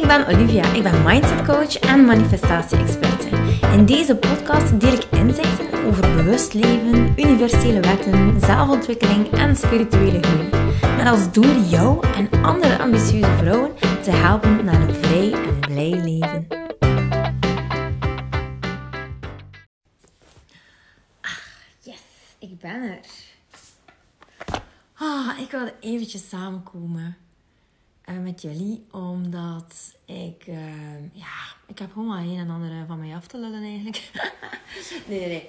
ben Olivia, ik ben mindset coach en manifestatie-experte. In deze podcast deel ik inzichten over bewust leven, universele wetten, zelfontwikkeling en spirituele groei. Met als doel jou en andere ambitieuze vrouwen te helpen naar een vrij en blij leven. Yes, ik ben er. Ik wilde eventjes samenkomen met jullie, omdat ik heb gewoon wel een en ander van mij af te lullen eigenlijk. nee.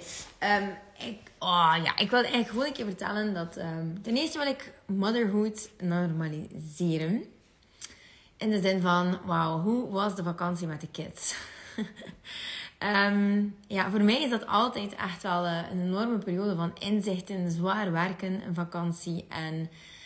Ik wilde eigenlijk gewoon een keer vertellen dat ten eerste wil ik motherhood normaliseren. In de zin van, wauw, hoe was de vakantie met de kids? Voor mij is dat altijd echt wel een enorme periode van inzichten, zwaar werken, een vakantie en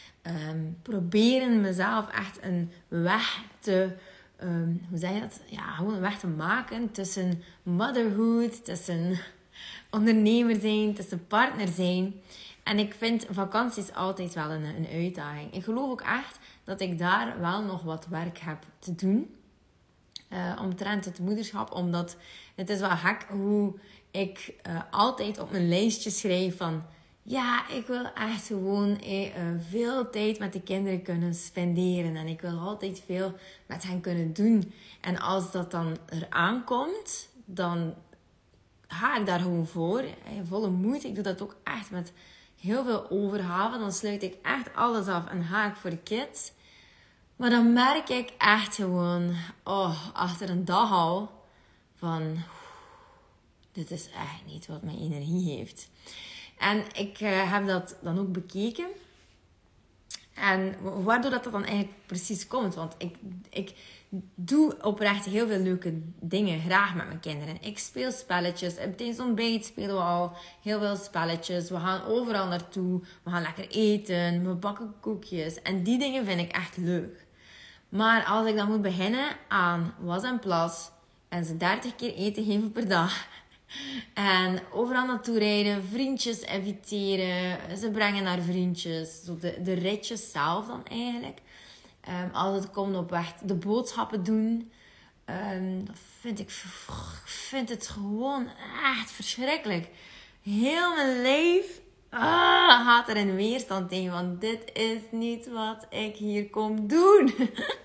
proberen mezelf echt een weg te, gewoon een weg te maken tussen motherhood, tussen ondernemer zijn, tussen partner zijn. En ik vind vakanties altijd wel een uitdaging. Ik geloof ook echt dat ik daar wel nog wat werk heb te doen. Omtrent het moederschap, omdat het is wel gek hoe ik altijd op mijn lijstje schrijf van ja, ik wil echt gewoon veel tijd met de kinderen kunnen spenderen en ik wil altijd veel met hen kunnen doen. En als dat dan eraan komt, dan ga ik daar gewoon voor, volle moed. Ik doe dat ook echt met heel veel overgave. Dan sluit ik echt alles af en ga ik voor de kids. Maar dan merk ik echt gewoon, achter een dag al, van dit is echt niet wat mijn energie heeft. En ik heb dat dan ook bekeken. En waardoor dat dan eigenlijk precies komt. Want ik doe oprecht heel veel leuke dingen graag met mijn kinderen. Ik speel spelletjes. Tijdens ontbijt spelen we al heel veel spelletjes. We gaan overal naartoe. We gaan lekker eten. We bakken koekjes. En die dingen vind ik echt leuk. Maar als ik dan moet beginnen aan was en plas en ze 30 keer eten geven per dag en overal naartoe rijden, vriendjes inviteren, ze brengen naar vriendjes, zo de ritjes zelf dan eigenlijk. Als het komt op weg, de boodschappen doen, ik vind het gewoon echt verschrikkelijk. Heel mijn lijf gaat er in weerstand tegen, want dit is niet wat ik hier kom doen.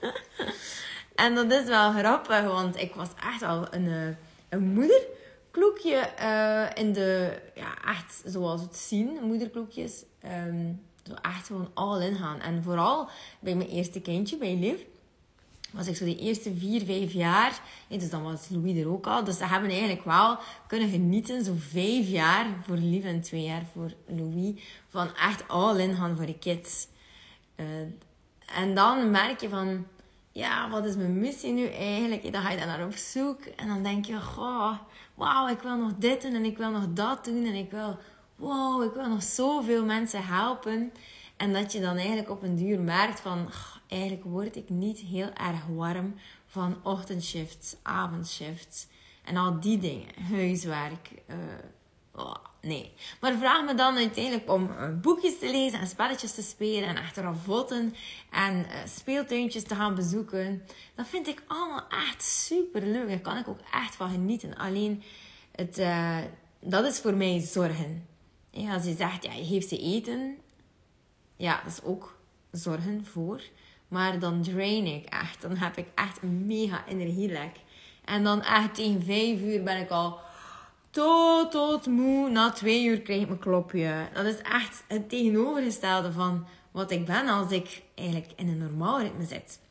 En dat is wel grappig, want ik was echt al een moederkloekje in de, echt zoals het zien, moederkloekjes, zo echt gewoon all in gaan. En vooral bij mijn eerste kindje, bij Liv, was ik zo de eerste 4-5 jaar. Dus dan was Louis er ook al. Dus ze hebben eigenlijk wel kunnen genieten. Zo 5 jaar voor Liv en 2 jaar voor Louis. Van echt all in gaan voor de kids. En dan merk je van, ja, wat is mijn missie nu eigenlijk? Dan ga je daar naar op zoek. En dan denk je, wauw, ik wil nog dit doen en ik wil nog dat doen. En ik wil nog zoveel mensen helpen. En dat je dan eigenlijk op een duur merkt van, eigenlijk word ik niet heel erg warm van ochtendshifts, avondshifts en al die dingen. Huiswerk. Nee. Maar vraag me dan uiteindelijk om boekjes te lezen en spelletjes te spelen en echt ravotten en speeltuintjes te gaan bezoeken. Dat vind ik allemaal echt super leuk. Daar kan ik ook echt van genieten. Alleen, dat is voor mij zorgen. Ja, als je zegt, je geeft ze eten. Ja, dat is ook zorgen voor. Maar dan drain ik echt. Dan heb ik echt een mega energielek. En dan echt tegen 5 uur ben ik al tot moe. Na 2 uur krijg ik mijn klopje. Dat is echt het tegenovergestelde van wat ik ben als ik eigenlijk in een normaal ritme zit.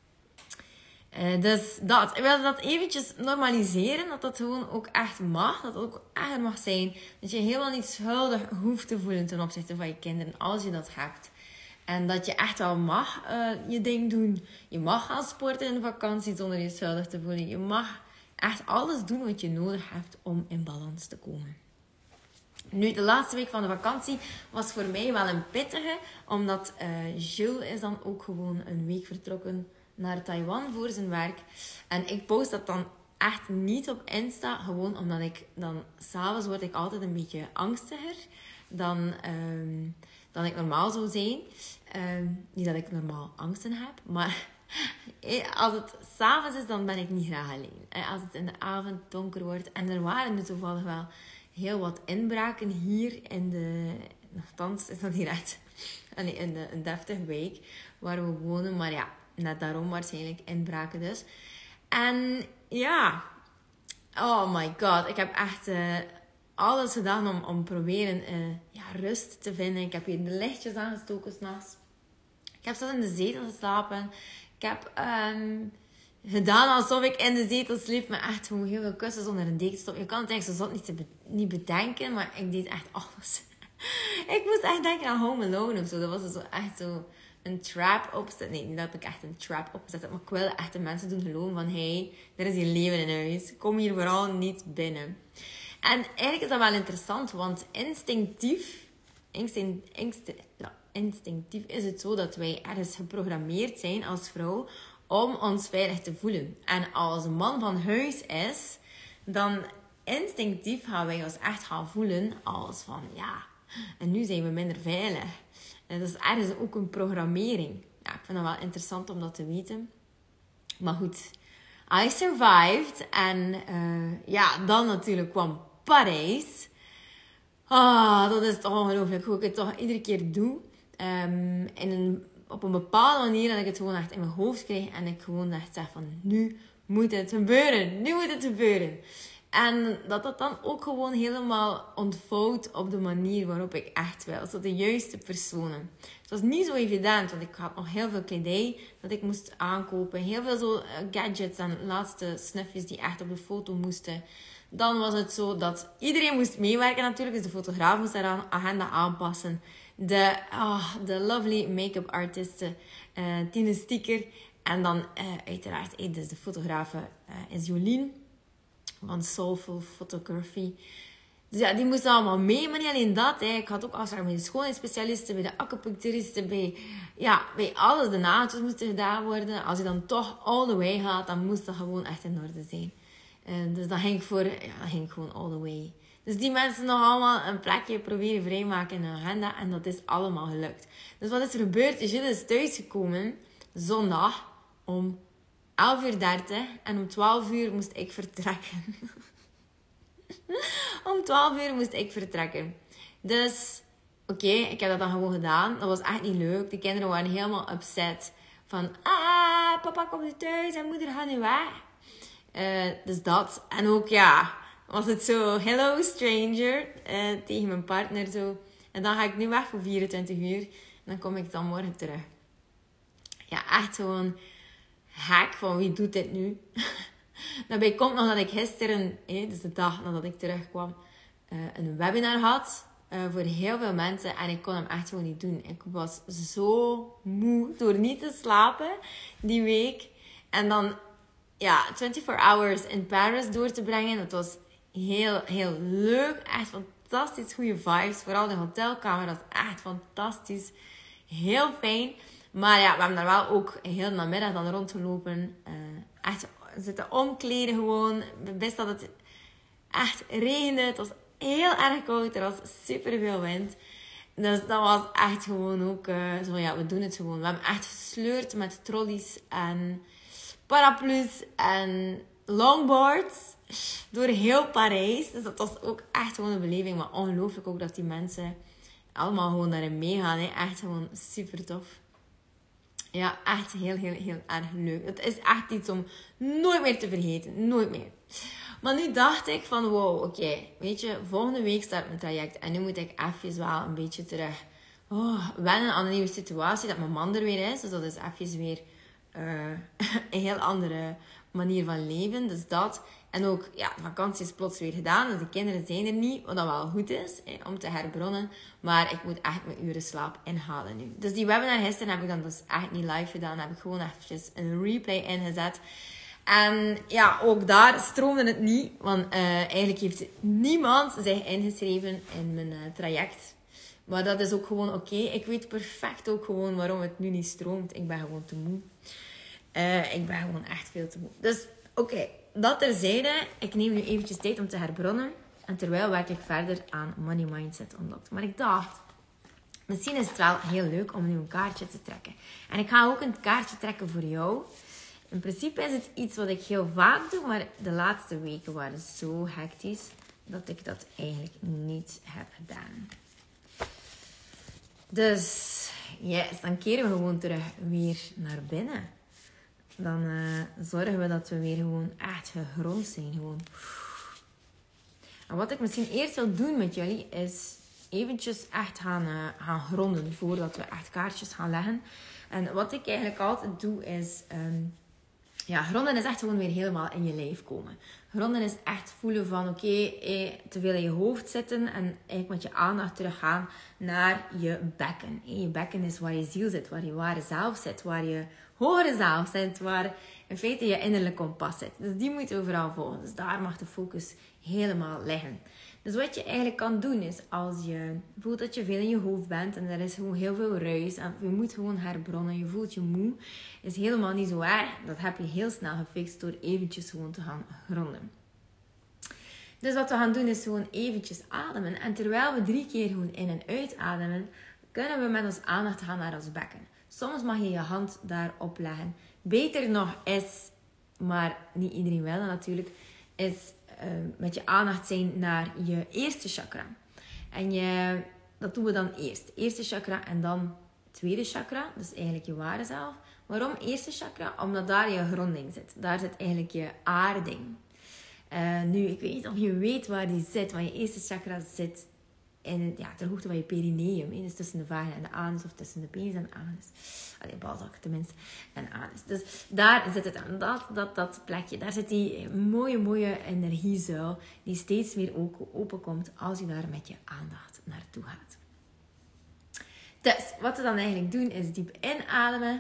Dus dat. Ik wil dat eventjes normaliseren. Dat dat gewoon ook echt mag. Dat het ook echt mag zijn. Dat je helemaal niet schuldig hoeft te voelen ten opzichte van je kinderen. Als je dat hebt. En dat je echt wel mag je ding doen. Je mag gaan sporten in de vakantie zonder je schuldig te voelen. Je mag echt alles doen wat je nodig hebt om in balans te komen. Nu, de laatste week van de vakantie was voor mij wel een pittige. Omdat Jules is dan ook gewoon een week vertrokken naar Taiwan voor zijn werk. En ik post dat dan echt niet op Insta. Gewoon omdat ik dan, 's avonds word ik altijd een beetje angstiger dan ik normaal zou zijn. Niet dat ik normaal angsten heb, maar Als het 's avonds is, dan ben ik niet graag alleen. Als het in de avond donker wordt. En er waren nu toevallig wel heel wat inbraken hier in de... Nogthans is dat hier echt een deftige week waar we wonen. Maar ja, net daarom waarschijnlijk inbraken dus. En ja... Oh my god, ik heb echt alles gedaan om proberen rust te vinden. Ik heb hier de lichtjes aangestoken 's nachts. Ik heb zelfs in de zetel geslapen. Ik heb gedaan alsof ik in de zetel sliep. Maar echt gewoon heel veel kussens onder een deken stop. Je kan het eigenlijk zo niet bedenken. Maar ik deed echt alles. Ik moest echt denken aan Home Alone of zo. Dat was zo echt zo een trap opzetten. Nee, niet dat ik echt een trap opzet. Maar ik wilde echt de mensen doen geloven van... Hey, er is hier leven in huis. Kom hier vooral niet binnen. En eigenlijk is dat wel interessant. Want instinctief is het zo dat wij ergens geprogrammeerd zijn als vrouw om ons veilig te voelen. En als een man van huis is, dan instinctief gaan wij ons echt gaan voelen als van ja, en nu zijn we minder veilig. En dat is ergens ook een programmering. Ja, ik vind dat wel interessant om dat te weten. Maar goed, I survived. En dan natuurlijk kwam Parijs. Dat is toch ongelooflijk hoe ik het toch iedere keer doe. Op een bepaalde manier dat ik het gewoon echt in mijn hoofd krijg. En ik gewoon echt zeg van, nu moet het gebeuren. Nu moet het gebeuren. En dat dan ook gewoon helemaal ontvouwt op de manier waarop ik echt wil. Zo de juiste personen. Het was niet zo evident, want ik had nog heel veel kledij dat ik moest aankopen. Heel veel zo gadgets en laatste snufjes die echt op de foto moesten. Dan was het zo dat iedereen moest meewerken natuurlijk. Dus de fotograaf moest haar agenda aanpassen. De lovely make-up artiste Tine Stieker. En dan uiteraard dus de fotografe is Jolien van Soulful Photography. Dus ja, die moesten allemaal mee. Maar niet alleen dat. Ik had ook afspraken bij de schoonheidsspecialisten, bij de acupuncturisten, bij alles. De naadjes moesten gedaan worden. Als je dan toch all the way gaat, dan moest dat gewoon echt in orde zijn. Dus dan ging ik gewoon all the way. Dus die mensen nog allemaal een plekje proberen vrijmaken in hun agenda. En dat is allemaal gelukt. Dus wat is er gebeurd? Gilles is thuisgekomen zondag om 11:30 en om 12 uur moest ik vertrekken. Om 12 uur moest ik vertrekken. Dus, oké, ik heb dat dan gewoon gedaan. Dat was echt niet leuk. De kinderen waren helemaal upset. Van, papa komt nu thuis en moeder gaat nu weg. Dus dat. En ook, was het zo, hello stranger, tegen mijn partner zo. En dan ga ik nu weg voor 24 uur. En dan kom ik dan morgen terug. Ja, echt gewoon hack van wie doet dit nu? Daarbij komt nog dat ik gisteren, dus de dag nadat ik terugkwam, een webinar had voor heel veel mensen. En ik kon hem echt gewoon niet doen. Ik was zo moe door niet te slapen die week. En dan 24 hours in Paris door te brengen. Dat was heel, heel leuk. Echt fantastisch goede vibes. Vooral de hotelkamer was echt fantastisch. Heel fijn. Maar ja, we hebben daar wel ook heel de namiddag dan rondgelopen. Echt zitten omkleden gewoon. We wisten dat het echt regende. Het was heel erg koud. Er was super veel wind. Dus dat was echt gewoon ook we doen het gewoon. We hebben echt gesleurd met trolleys en paraplu's en longboards door heel Parijs. Dus dat was ook echt gewoon een beleving. Maar ongelooflijk ook dat die mensen allemaal gewoon daarin meegaan. Echt gewoon super tof. Ja, echt heel, heel, heel erg leuk. Het is echt iets om nooit meer te vergeten. Nooit meer. Maar nu dacht ik van wow, oké, weet je, volgende week start mijn traject. En nu moet ik even wel een beetje terug wennen aan een nieuwe situatie. Dat mijn man er weer is. Dus dat is even weer een heel andere manier van leven. Dus dat. En ook, de vakantie is plots weer gedaan. Dus de kinderen zijn er niet. Wat dat wel goed is, om te herbronnen. Maar ik moet echt mijn uren slaap inhalen nu. Dus die webinar gisteren heb ik dan dus echt niet live gedaan. Heb ik gewoon eventjes een replay ingezet. En ook daar stroomde het niet. Want eigenlijk heeft niemand zich ingeschreven in mijn traject. Maar dat is ook gewoon oké. Ik weet perfect ook gewoon waarom het nu niet stroomt. Ik ben gewoon te moe. Ik ben gewoon echt veel te moe. Dus oké, dat terzijde. Ik neem nu eventjes tijd om te herbronnen. En terwijl werk ik verder aan Money Mindset Unlocked. Maar ik dacht, Misschien is het wel heel leuk om nu een kaartje te trekken. En ik ga ook een kaartje trekken voor jou. In principe is het iets wat ik heel vaak doe, maar de laatste weken waren zo hectisch dat ik dat eigenlijk niet heb gedaan. Dus, yes, dan keren we gewoon terug weer naar binnen. Dan zorgen we dat we weer gewoon echt gegrond zijn. Gewoon. En wat ik misschien eerst wil doen met jullie is eventjes echt gaan gronden voordat we echt kaartjes gaan leggen. En wat ik eigenlijk altijd doe is... gronden is echt gewoon weer helemaal in je lijf komen. Gronden is echt voelen van oké, te veel in je hoofd zitten en eigenlijk met je aandacht teruggaan naar je bekken. Je bekken is waar je ziel zit, waar je ware zelf zit, waar je hogere zelf zit, waar in feite je innerlijk kompas zit. Dus die moet je overal volgen. Dus daar mag de focus helemaal liggen. Dus wat je eigenlijk kan doen is, als je voelt dat je veel in je hoofd bent en er is gewoon heel veel ruis en je moet gewoon herbronnen, je voelt je moe, is helemaal niet zo erg. Dat heb je heel snel gefixt door eventjes gewoon te gaan gronden. Dus wat we gaan doen is gewoon eventjes ademen. En terwijl we 3 keer gewoon in en uitademen, kunnen we met ons aandacht gaan naar ons bekken. Soms mag je je hand daarop leggen. Beter nog is, maar niet iedereen wil dat natuurlijk, is met je aandacht zijn naar je eerste chakra. En dat doen we dan eerst. Eerste chakra en dan tweede chakra. Dus eigenlijk je ware zelf. Waarom eerste chakra? Omdat daar je gronding zit. Daar zit eigenlijk je aarding. Nu, ik weet niet of je weet waar die zit. Want je eerste chakra zit ter hoogte van je perineum. Dus tussen de vagina en de anus. Of tussen de penis en de anus. Allee, balzak tenminste. En anus. Dus daar zit het aan. Dat plekje. Daar zit die mooie energiezuil. Die steeds meer ook open komt. Als je daar met je aandacht naartoe gaat. Dus, wat we dan eigenlijk doen is diep inademen.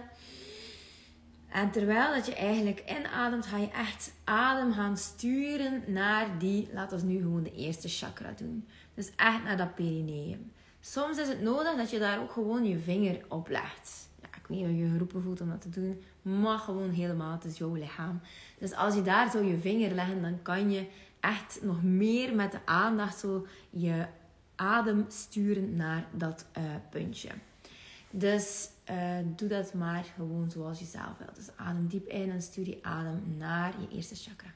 En terwijl dat je eigenlijk inademt, ga je echt adem gaan sturen naar die, laten we nu gewoon de eerste chakra doen. Dus echt naar dat perineum. Soms is het nodig dat je daar ook gewoon je vinger op legt. Ja, ik weet niet of je geroepen voelt om dat te doen. Maar gewoon helemaal, het is jouw lichaam. Dus als je daar zo je vinger legt, dan kan je echt nog meer met de aandacht zo je adem sturen naar dat puntje. Dus doe dat maar gewoon zoals je zelf wilt. Dus adem diep in en stuur je adem naar je eerste chakra.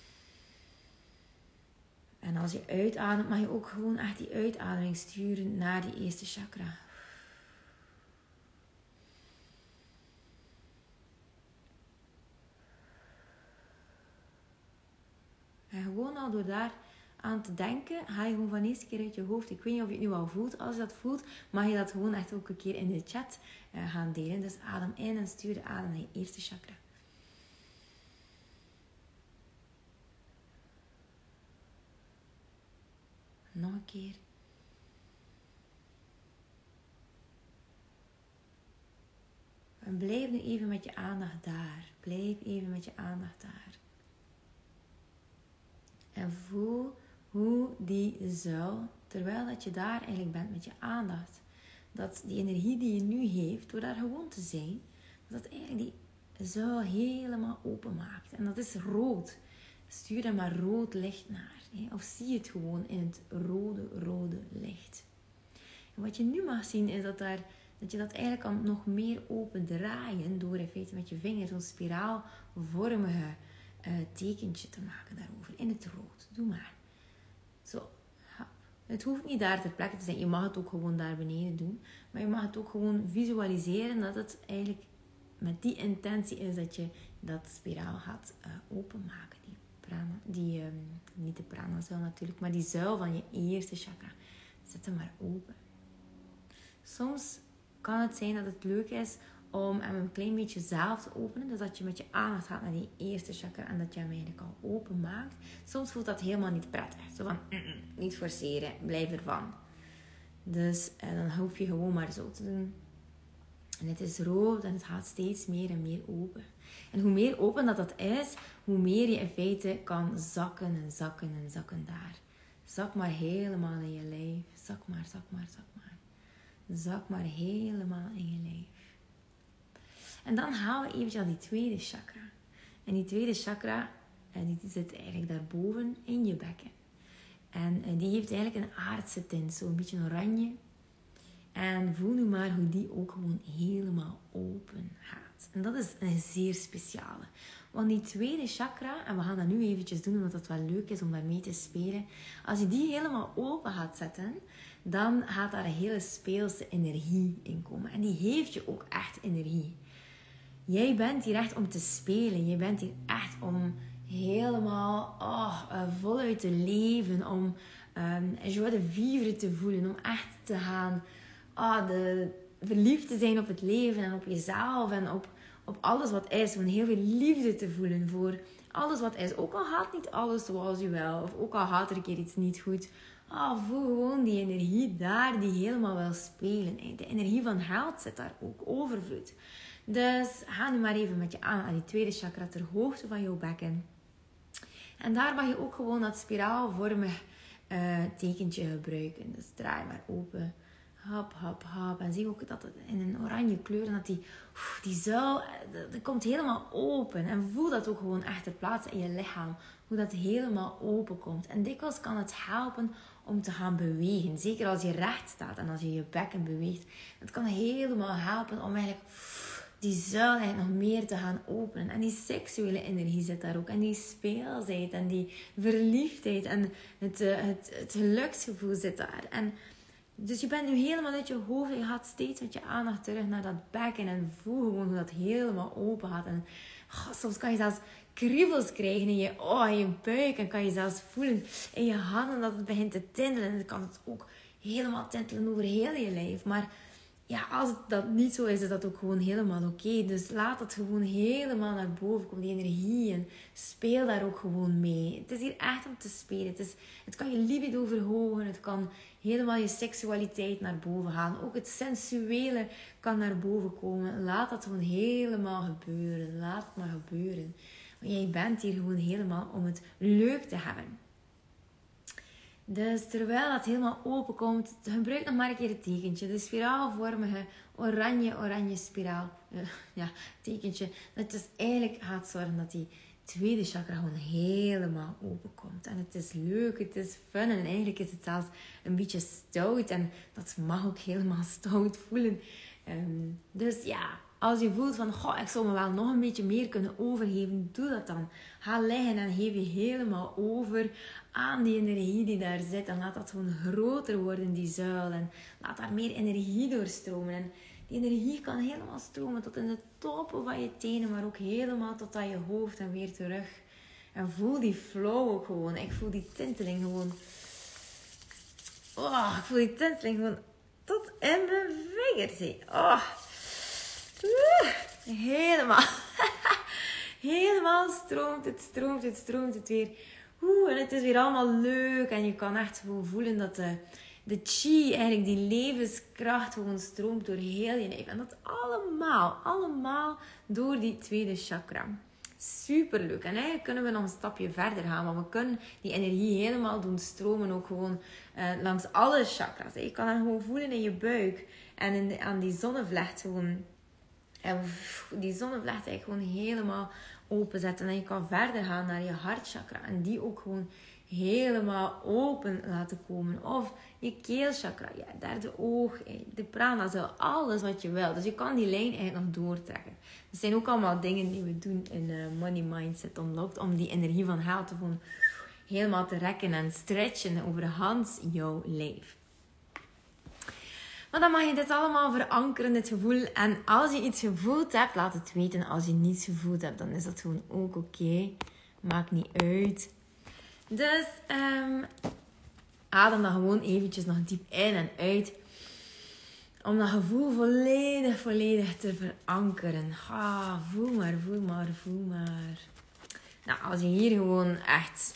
En als je uitademt, mag je ook gewoon echt die uitademing sturen naar die eerste chakra. En gewoon al door daar aan te denken, ga je gewoon van de eerste keer uit je hoofd. Ik weet niet of je het nu al voelt. Als je dat voelt, mag je dat gewoon echt ook een keer in de chat gaan delen. Dus adem in en stuur de adem naar je eerste chakra. Nog een keer. En blijf nu even met je aandacht daar. Blijf even met je aandacht daar. En voel hoe die zuil, terwijl dat je daar eigenlijk bent met je aandacht, dat die energie die je nu heeft, door daar gewoon te zijn, dat eigenlijk die zuil helemaal open maakt. En dat is rood. Stuur er maar rood licht naar. Of zie het gewoon in het rode licht. En wat je nu mag zien is dat je dat eigenlijk kan nog meer open draaien door in feite met je vinger zo'n spiraalvormige tekentje te maken daarover. In het rood. Doe maar. Zo. Het hoeft niet daar ter plekke te zijn. Je mag het ook gewoon daar beneden doen. Maar je mag het ook gewoon visualiseren dat het eigenlijk met die intentie is dat je dat spiraal gaat openmaken. Niet de prana-zuil natuurlijk, maar die zuil van je eerste chakra. Zet hem maar open. Soms kan het zijn dat het leuk is om hem een klein beetje zelf te openen. Dus dat je met je aandacht gaat naar die eerste chakra en dat je hem eigenlijk al open maakt. Soms voelt dat helemaal niet prettig. Zo van, niet forceren, blijf ervan. Dus dan hoef je gewoon maar zo te doen. En het is rood en het gaat steeds meer en meer open. En hoe meer open dat is, hoe meer je in feite kan zakken en zakken en zakken daar. Zak maar helemaal in je lijf. Zak maar. Zak maar helemaal in je lijf. En dan gaan we eventjes naar die tweede chakra. En die tweede chakra, die zit eigenlijk daarboven in je bekken. En die heeft eigenlijk een aardse tint, zo'n beetje oranje. En voel nu maar hoe die ook gewoon helemaal open gaat. En dat is een zeer speciale. Want die tweede chakra, en we gaan dat nu eventjes doen omdat het wel leuk is om daarmee te spelen. Als je die helemaal open gaat zetten, dan gaat daar een hele speelse energie in komen. En die geeft je ook echt energie. Jij bent hier echt om te spelen. Je bent hier echt om helemaal voluit te leven. Om joie de vivre te voelen. Om echt te gaan verliefd te zijn op het leven en op jezelf. En op alles wat is. Om heel veel liefde te voelen voor alles wat is. Ook al gaat niet alles zoals je wil. Of ook al gaat er een keer iets niet goed. Voel gewoon die energie daar die helemaal wil spelen. De energie van geld zit daar ook. Overvloed. Dus ga nu maar even met je aan die tweede chakra ter hoogte van jouw bekken. En daar mag je ook gewoon dat spiraalvormig tekentje gebruiken. Dus draai maar open. Hop, hop, hop. En zie ook dat het in een oranje kleur, en dat die zuil, dat komt helemaal open. En voel dat ook gewoon echt ter plaatse in je lichaam. Hoe dat helemaal open komt. En dikwijls kan het helpen om te gaan bewegen. Zeker als je recht staat en als je je bekken beweegt. Het kan helemaal helpen om eigenlijk die zuil eigenlijk nog meer te gaan openen. En die seksuele energie zit daar ook. En die speelsheid en die verliefdheid en het geluksgevoel zit daar. En dus je bent nu helemaal uit je hoofd. Je gaat steeds met je aandacht terug naar dat bekken. En voel gewoon hoe dat helemaal open gaat. En soms kan je zelfs kriebels krijgen in je buik. En kan je zelfs voelen in je handen dat het begint te tintelen. En dan kan het ook helemaal tintelen over heel je lijf. Maar ja, als dat niet zo is, is dat ook gewoon helemaal oké. Dus laat het gewoon helemaal naar boven komen, die energie. En speel daar ook gewoon mee. Het is hier echt om te spelen. Het kan je libido verhogen. Het kan helemaal je seksualiteit naar boven halen. Ook het sensuele kan naar boven komen. Laat dat gewoon helemaal gebeuren. Laat het maar gebeuren. Want jij bent hier gewoon helemaal om het leuk te hebben. Dus terwijl dat helemaal open komt, gebruik nog maar een keer het tekentje. De spiraalvormige oranje spiraal. Tekentje. Dat dus eigenlijk gaat zorgen dat die tweede chakra gewoon helemaal open komt. En het is leuk, het is fun. En eigenlijk is het zelfs een beetje stout. En dat mag ook helemaal stout voelen. Dus ja, als je voelt van, ik zou me wel nog een beetje meer kunnen overgeven, doe dat dan. Ga liggen en geef je helemaal over aan die energie die daar zit. En laat dat gewoon groter worden, die zuil. En laat daar meer energie doorstromen. En die energie kan helemaal stromen tot in de toppen van je tenen, maar ook helemaal tot aan je hoofd en weer terug. En voel die flow ook gewoon. Ik voel die tinteling gewoon. Ik voel die tinteling gewoon tot in mijn vingers. Helemaal. Helemaal stroomt het weer. En het is weer allemaal leuk. En je kan echt gewoon voelen dat de chi, eigenlijk die levenskracht, gewoon stroomt door heel je lijf. En dat allemaal door die tweede chakra. Super leuk. En eigenlijk kunnen we nog een stapje verder gaan. Want we kunnen die energie helemaal doen stromen. Ook gewoon langs alle chakras. Je kan het gewoon voelen in je buik. En aan die zonnevlecht gewoon. En die zonnevlecht eigenlijk gewoon helemaal openzetten. En je kan verder gaan naar je hartchakra. En die ook gewoon helemaal open laten komen. Of je keelchakra, je derde oog, de prana, zo alles wat je wil. Dus je kan die lijn eigenlijk nog doortrekken. Dat zijn ook allemaal dingen die we doen in Money Mindset Unlocked. Om die energie van geld te gewoon helemaal te rekken en stretchen over Hans jouw lijf. Maar dan mag je dit allemaal verankeren, dit gevoel. En als je iets gevoeld hebt, laat het weten. Als je niets gevoeld hebt, dan is dat gewoon ook oké. Maakt niet uit. Dus adem dan gewoon eventjes nog diep in en uit. Om dat gevoel volledig te verankeren. Voel maar. Nou, als je hier gewoon echt...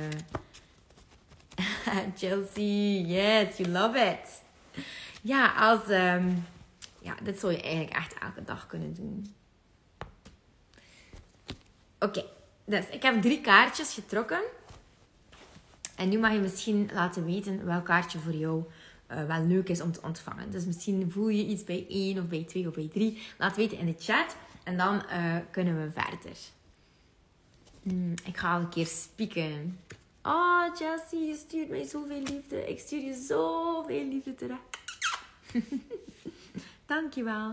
Chelsea, yes, you love it. Ja, dit zou je eigenlijk echt elke dag kunnen doen. Oké, dus ik heb 3 kaartjes getrokken. En nu mag je misschien laten weten welk kaartje voor jou wel leuk is om te ontvangen. Dus misschien voel je iets bij 1 of bij 2 of bij 3. Laat weten in de chat. En dan kunnen we verder. Ik ga al een keer spieken. Chelsea, je stuurt mij zoveel liefde. Ik stuur je zoveel liefde terug. Dankjewel.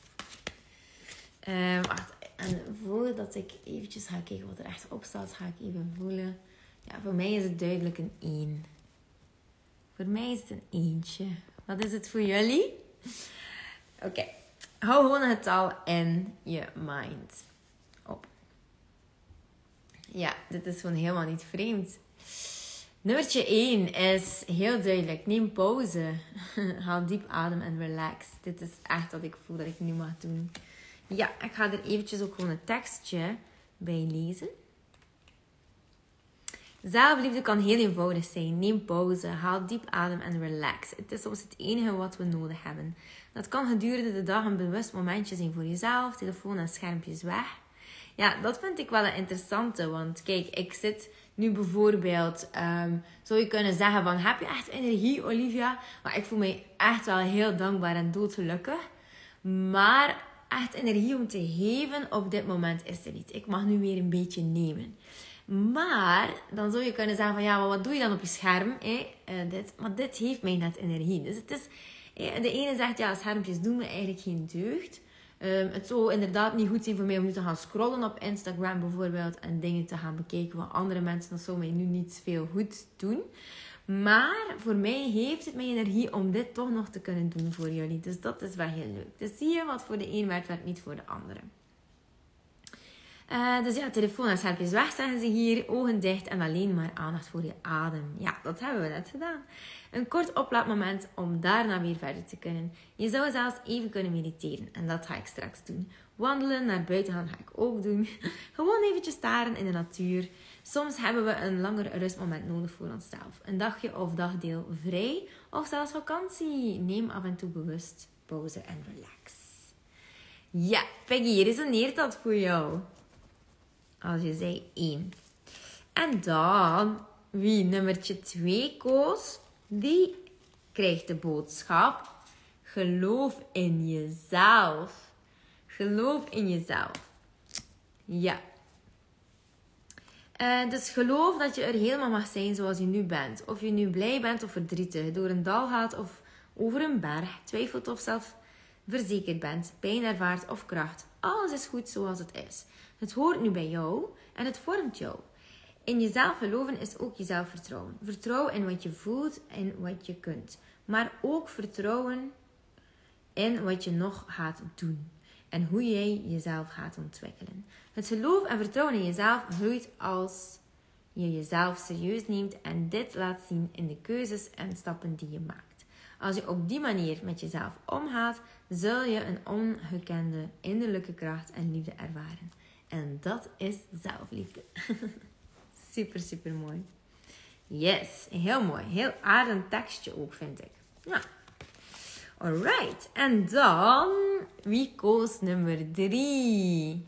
Wacht. En voordat ik eventjes ga kijken wat er echt op staat, ga ik even voelen. Ja, voor mij is het duidelijk een 1. Voor mij is het een eentje. Wat is het voor jullie? Oké. Hou gewoon een getal in je mind op. Ja, dit is gewoon helemaal niet vreemd. Nummertje 1 is heel duidelijk. Neem pauze. Haal diep adem en relax. Dit is echt wat ik voel dat ik nu mag doen. Ja, ik ga er eventjes ook gewoon een tekstje bij lezen. Zelfliefde kan heel eenvoudig zijn. Neem pauze, haal diep adem en relax. Het is soms het enige wat we nodig hebben. Dat kan gedurende de dag een bewust momentje zijn voor jezelf. Telefoon en schermpjes weg. Ja, dat vind ik wel een interessante. Want kijk, ik zit nu bijvoorbeeld... zou je kunnen zeggen van... Heb je echt energie, Olivia? Maar ik voel me echt wel heel dankbaar en doodgelukkig. Maar echt energie om te geven op dit moment is er niet. Ik mag nu weer een beetje nemen. Maar dan zou je kunnen zeggen van... Ja, maar wat doe je dan op je scherm? Maar dit geeft mij net energie. Dus het is... De ene zegt, ja, schermpjes doen me eigenlijk geen deugd. Het zou inderdaad niet goed zijn voor mij om nu te gaan scrollen op Instagram bijvoorbeeld. En dingen te gaan bekijken van andere mensen. Dat zou mij nu niet veel goed doen. Maar voor mij heeft het mij energie om dit toch nog te kunnen doen voor jullie. Dus dat is wel heel leuk. Dus zie je, wat voor de een werkt niet voor de andere. Dus ja, telefoon en schermpjes weg, zeggen ze hier. Ogen dicht en alleen maar aandacht voor je adem. Ja, dat hebben we net gedaan. Een kort oplaadmoment om daarna weer verder te kunnen. Je zou zelfs even kunnen mediteren. En dat ga ik straks doen. Wandelen, naar buiten gaan ga ik ook doen. Gewoon eventjes staren in de natuur. Soms hebben we een langer rustmoment nodig voor onszelf. Een dagje of dagdeel vrij. Of zelfs vakantie. Neem af en toe bewust pauze en relax. Ja, Peggy, resoneert dat voor jou? Als je zei 1. En dan, wie nummertje 2 koos, die krijgt de boodschap. Geloof in jezelf. Geloof in jezelf. Ja. Dus geloof dat je er helemaal mag zijn zoals je nu bent. Of je nu blij bent of verdrietig. Door een dal gaat of over een berg. Twijfelt of zelf verzekerd bent. Pijn ervaart of kracht. Alles is goed zoals het is. Het hoort nu bij jou en het vormt jou. In jezelf geloven is ook jezelf vertrouwen. Vertrouwen in wat je voelt en wat je kunt. Maar ook vertrouwen in wat je nog gaat doen. En hoe jij jezelf gaat ontwikkelen. Het geloof en vertrouwen in jezelf groeit als je jezelf serieus neemt. En dit laat zien in de keuzes en stappen die je maakt. Als je op die manier met jezelf omgaat, zul je een ongekende innerlijke kracht en liefde ervaren. En dat is zelfliefde. Super, super mooi. Yes, heel mooi. Heel aardig tekstje ook, vind ik. Ja. Alright. En dan, wie koos nummer 3?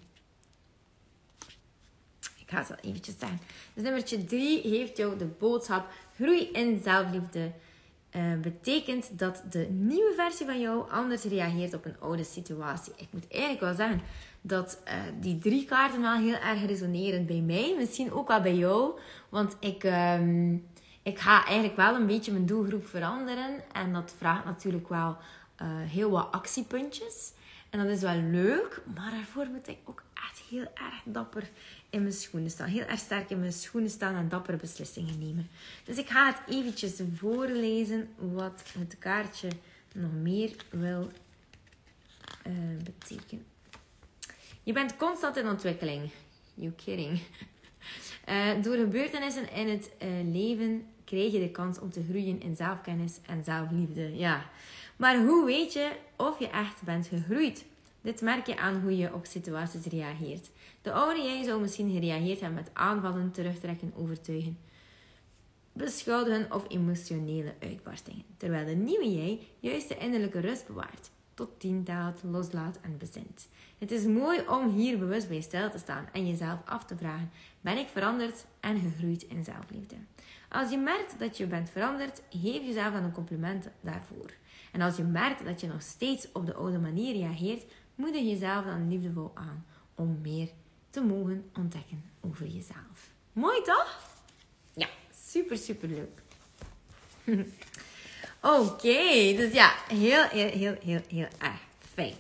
Ik ga het wel eventjes zeggen. Dus nummertje 3 heeft jou de boodschap: groei in zelfliefde. Betekent dat de nieuwe versie van jou anders reageert op een oude situatie. Ik moet eigenlijk wel zeggen dat die 3 kaarten wel heel erg resoneren bij mij. Misschien ook wel bij jou. Want ik ga eigenlijk wel een beetje mijn doelgroep veranderen. En dat vraagt natuurlijk wel heel wat actiepuntjes. En dat is wel leuk. Maar daarvoor moet ik ook echt heel erg dapper in mijn schoenen staan. Heel erg sterk in mijn schoenen staan en dappere beslissingen nemen. Dus ik ga het eventjes voorlezen wat het kaartje nog meer wil betekenen. Je bent constant in ontwikkeling. You kidding. Door gebeurtenissen in het leven krijg je de kans om te groeien in zelfkennis en zelfliefde. Ja. Maar hoe weet je of je echt bent gegroeid? Dit merk je aan hoe je op situaties reageert. De oude jij zou misschien gereageerd hebben met aanvallen, terugtrekken, overtuigen, beschuldigen of emotionele uitbarstingen. Terwijl de nieuwe jij juist de innerlijke rust bewaart, tot 10 telt, loslaat en bezint. Het is mooi om hier bewust bij stil te staan en jezelf af te vragen: ben ik veranderd en gegroeid in zelfliefde? Als je merkt dat je bent veranderd, geef jezelf dan een compliment daarvoor. En als je merkt dat je nog steeds op de oude manier reageert, moedig jezelf dan liefdevol aan om meer te mogen ontdekken over jezelf. Mooi toch? Ja, super, super leuk. Oké, dus ja, heel erg fijn.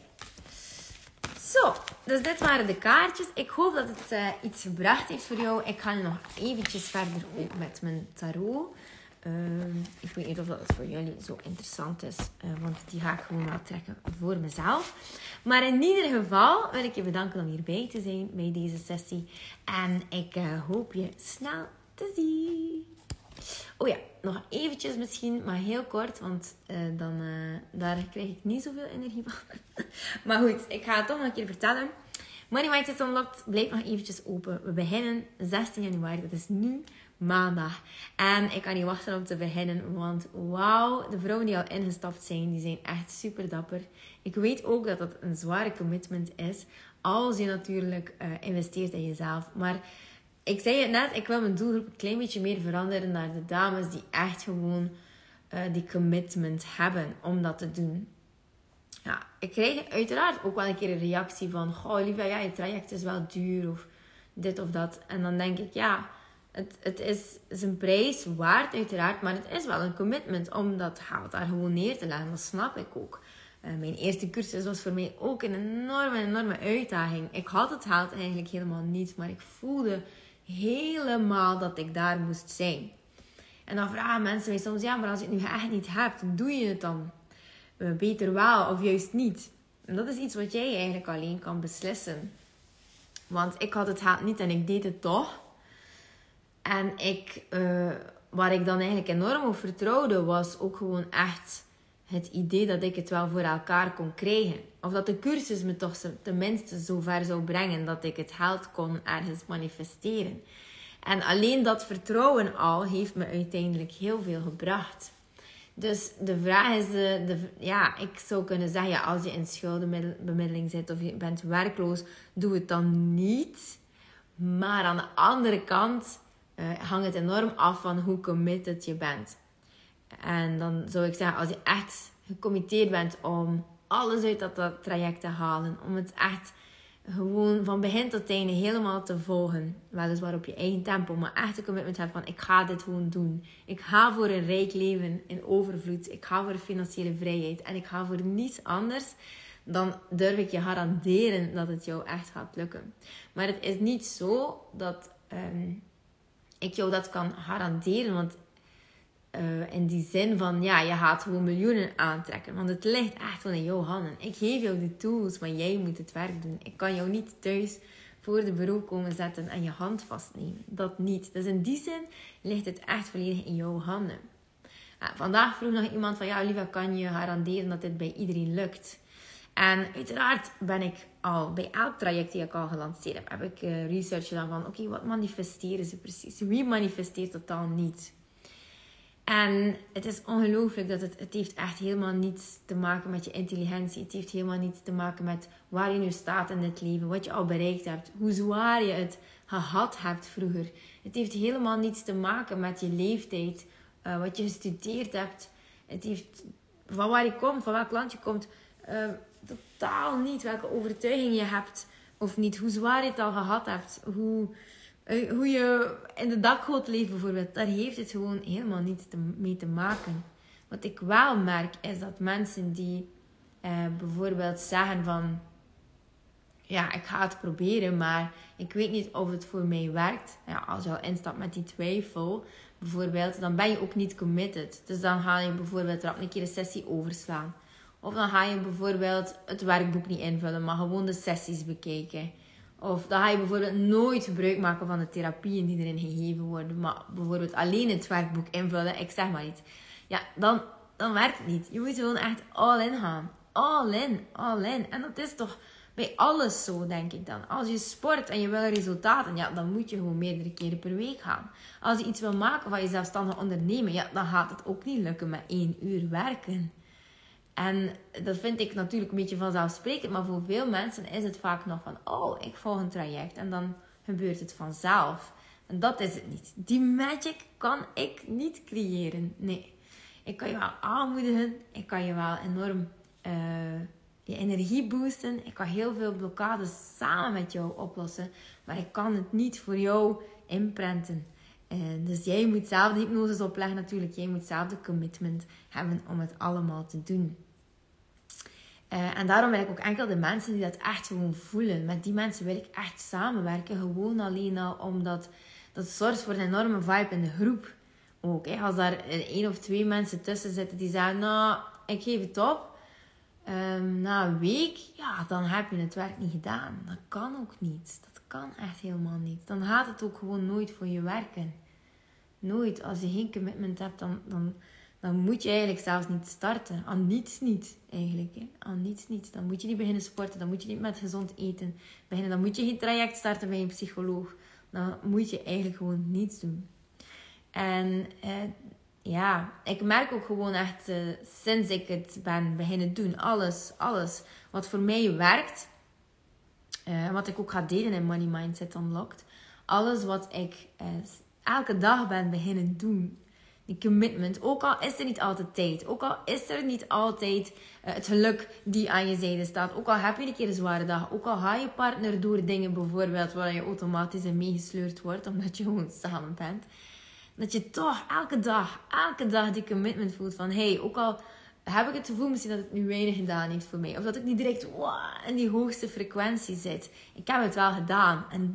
Zo, dus dit waren de kaartjes. Ik hoop dat het iets gebracht heeft voor jou. Ik ga nu nog eventjes verder ook met mijn tarot. Ik weet niet of dat voor jullie zo interessant is. Want die ga ik gewoon wel trekken voor mezelf. Maar in ieder geval wil ik je bedanken om hierbij te zijn bij deze sessie. En ik hoop je snel te zien. Oh ja, nog eventjes misschien, maar heel kort. Want daar krijg ik niet zoveel energie van. Maar goed, ik ga het toch nog een keer vertellen. Money Mindset Unlocked blijft nog eventjes open. We beginnen 16 januari, dat is nu maandag. En ik kan niet wachten om te beginnen, want wauw, de vrouwen die al ingestapt zijn, die zijn echt super dapper. Ik weet ook dat dat een zware commitment is, als je natuurlijk investeert in jezelf. Maar ik zei het net, ik wil mijn doelgroep een klein beetje meer veranderen naar de dames die echt gewoon die commitment hebben om dat te doen. Ja, ik krijg uiteraard ook wel een keer een reactie van, goh Olivia, ja, je traject is wel duur of dit of dat. En dan denk ik, ja, het is zijn prijs waard uiteraard, maar het is wel een commitment om dat geld daar gewoon neer te leggen. Dat snap ik ook. Mijn eerste cursus was voor mij ook een enorme uitdaging. Ik had het geld eigenlijk helemaal niet, maar ik voelde helemaal dat ik daar moest zijn. En dan vragen mensen mij soms, ja, maar als je het nu echt niet hebt, doe je het dan beter wel of juist niet? En dat is iets wat jij eigenlijk alleen kan beslissen. Want ik had het geld niet en ik deed het toch. En waar ik dan eigenlijk enorm op vertrouwde, was ook gewoon echt het idee dat ik het wel voor elkaar kon krijgen. Of dat de cursus me toch tenminste zo ver zou brengen dat ik het geld kon ergens manifesteren. En alleen dat vertrouwen al heeft me uiteindelijk heel veel gebracht. Dus de vraag is, ik zou kunnen zeggen, ja, als je in schuldenbemiddeling zit of je bent werkloos, doe het dan niet. Maar aan de andere kant hangt het enorm af van hoe committed je bent. En dan zou ik zeggen, als je echt gecommitteerd bent om alles uit dat traject te halen, om het echt gewoon van begin tot einde helemaal te volgen, weliswaar op je eigen tempo, maar echt een commitment hebben van, ik ga dit gewoon doen. Ik ga voor een rijk leven in overvloed. Ik ga voor financiële vrijheid. En ik ga voor niets anders. Dan durf ik je garanderen dat het jou echt gaat lukken. Maar het is niet zo dat ik jou dat kan garanderen. Want in die zin van, ja, je gaat gewoon miljoenen aantrekken. Want het ligt echt wel in jouw handen. Ik geef jou de tools, maar jij moet het werk doen. Ik kan jou niet thuis voor de bureau komen zetten en je hand vastnemen. Dat niet. Dus in die zin ligt het echt volledig in jouw handen. Vandaag vroeg nog iemand van, ja, Olivia, kan je garanderen dat dit bij iedereen lukt? En uiteraard ben ik al bij elk traject die ik al gelanceerd heb ik research gedaan van, oké, wat manifesteren ze precies? Wie manifesteert totaal niet? En het is ongelooflijk dat het heeft echt helemaal niets te maken met je intelligentie. Het heeft helemaal niets te maken met waar je nu staat in dit leven. Wat je al bereikt hebt. Hoe zwaar je het gehad hebt vroeger. Het heeft helemaal niets te maken met je leeftijd. Wat je gestudeerd hebt. Het heeft van waar je komt, van welk land je komt. Totaal niet welke overtuiging je hebt. Of niet hoe zwaar je het al gehad hebt. Hoe je in de dakgoot leeft bijvoorbeeld, daar heeft het gewoon helemaal niets mee te maken. Wat ik wel merk is dat mensen die bijvoorbeeld zeggen van, ja, ik ga het proberen, maar ik weet niet of het voor mij werkt. Ja, als je al instapt met die twijfel, bijvoorbeeld, dan ben je ook niet committed. Dus dan ga je bijvoorbeeld rap een keer een sessie overslaan. Of dan ga je bijvoorbeeld het werkboek niet invullen, maar gewoon de sessies bekijken. Of dan ga je bijvoorbeeld nooit gebruik maken van de therapieën die erin gegeven worden. Maar bijvoorbeeld alleen het werkboek invullen, ik zeg maar iets. Ja, dan werkt het niet. Je moet gewoon echt all in gaan. All in. En dat is toch bij alles zo, denk ik dan. Als je sport en je wil resultaten, ja, dan moet je gewoon meerdere keren per week gaan. Als je iets wil maken van je zelfstandig ondernemen, ja, dan gaat het ook niet lukken met 1 uur werken. En dat vind ik natuurlijk een beetje vanzelfsprekend. Maar voor veel mensen is het vaak nog van, oh, ik volg een traject. En dan gebeurt het vanzelf. En dat is het niet. Die magic kan ik niet creëren. Nee. Ik kan je wel aanmoedigen. Ik kan je wel enorm je energie boosten. Ik kan heel veel blokkades samen met jou oplossen. Maar ik kan het niet voor jou inprenten. Dus jij moet zelf de hypnose opleggen natuurlijk. Jij moet zelf de commitment hebben om het allemaal te doen. En daarom wil ik ook enkel de mensen die dat echt gewoon voelen. Met die mensen wil ik echt samenwerken. Gewoon alleen al omdat dat zorgt voor een enorme vibe in de groep. Ook, als daar 1 of 2 mensen tussen zitten die zeggen, nou, ik geef het op. Na een week, ja, dan heb je het werk niet gedaan. Dat kan ook niet. Dat kan echt helemaal niet. Dan gaat het ook gewoon nooit voor je werken. Nooit. Als je geen commitment hebt, dan moet je eigenlijk zelfs niet starten. Aan niets niet, eigenlijk. Hè. Aan niets niet. Dan moet je niet beginnen sporten. Dan moet je niet met gezond eten beginnen. Dan moet je geen traject starten bij een psycholoog. Dan moet je eigenlijk gewoon niets doen. En ik merk ook gewoon echt sinds ik het ben beginnen doen. Alles wat voor mij werkt. Wat ik ook ga delen in Money Mindset Unlocked. Alles wat ik elke dag ben beginnen doen. Die commitment. Ook al is er niet altijd tijd. Ook al is er niet altijd het geluk die aan je zijde staat. Ook al heb je een keer een zware dag. Ook al ga je partner door dingen bijvoorbeeld waar je automatisch in meegesleurd wordt. Omdat je gewoon samen bent. Dat je toch elke dag die commitment voelt van... Hey, ook al heb ik het gevoel misschien dat het nu weinig gedaan heeft voor mij. Of dat ik niet direct in die hoogste frequentie zit. Ik heb het wel gedaan. En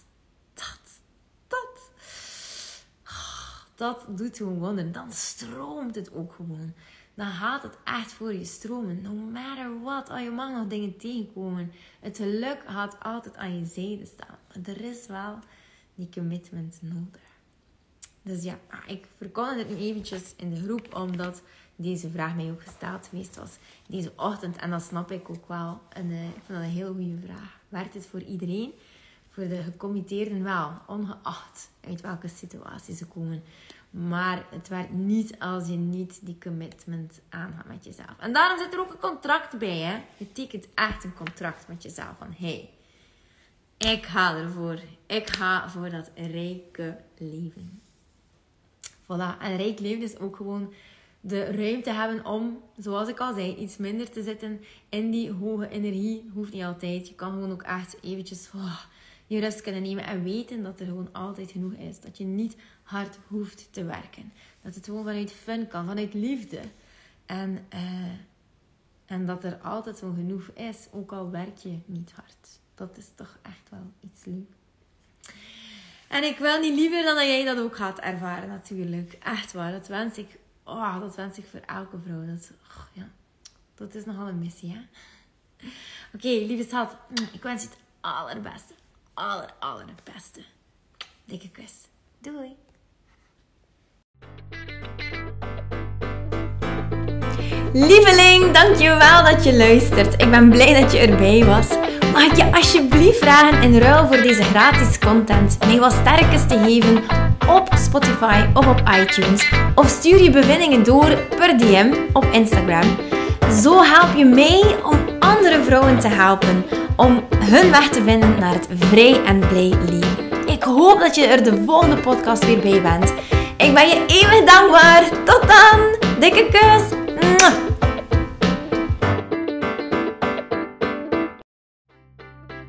dat doet gewoon wonderen. Dan stroomt het ook gewoon. Dan gaat het echt voor je stromen. No matter what. Je mag nog dingen tegenkomen. Het geluk gaat altijd aan je zijde staan. Maar er is wel die commitment nodig. Dus ja, ik verkondig het nu eventjes in de groep. Omdat deze vraag mij ook gesteld geweest was deze ochtend. En dat snap ik ook wel. En ik vind dat een heel goede vraag. Werkt het voor iedereen? Voor de gecommitteerden wel. Ongeacht uit welke situatie ze komen. Maar het werkt niet als je niet die commitment aangaat met jezelf. En daarom zit er ook een contract bij. Hè? Je tekent echt een contract met jezelf. Van hey, ik ga ervoor. Ik ga voor dat rijke leven. Voilà. En rijk leven is ook gewoon de ruimte hebben om, zoals ik al zei, iets minder te zitten in die hoge energie. Hoeft niet altijd. Je kan gewoon ook echt eventjes je rust kunnen nemen en weten dat er gewoon altijd genoeg is. Dat je niet hard hoeft te werken. Dat het gewoon vanuit fun kan, vanuit liefde. En dat er altijd zo genoeg is, ook al werk je niet hard. Dat is toch echt wel iets leuk. En ik wil niet liever dan dat jij dat ook gaat ervaren natuurlijk. Echt waar, dat wens ik voor elke vrouw. Dat is nogal een missie, hè. Oké, lieve schat, ik wens je het allerbeste. Allerbeste. Dikke kus. Doei. Lieveling, dankjewel dat je luistert. Ik ben blij dat je erbij was. Mag ik je alsjeblieft vragen in ruil voor deze gratis content mij wat sterkes te geven op Spotify of op iTunes. Of stuur je bevindingen door per DM op Instagram. Zo help je mij om andere vrouwen te helpen om hun weg te vinden naar het vrij en blij leven. Ik hoop dat je er de volgende podcast weer bij bent. Ik ben je eeuwig dankbaar. Tot dan. Dikke kus. Mwah.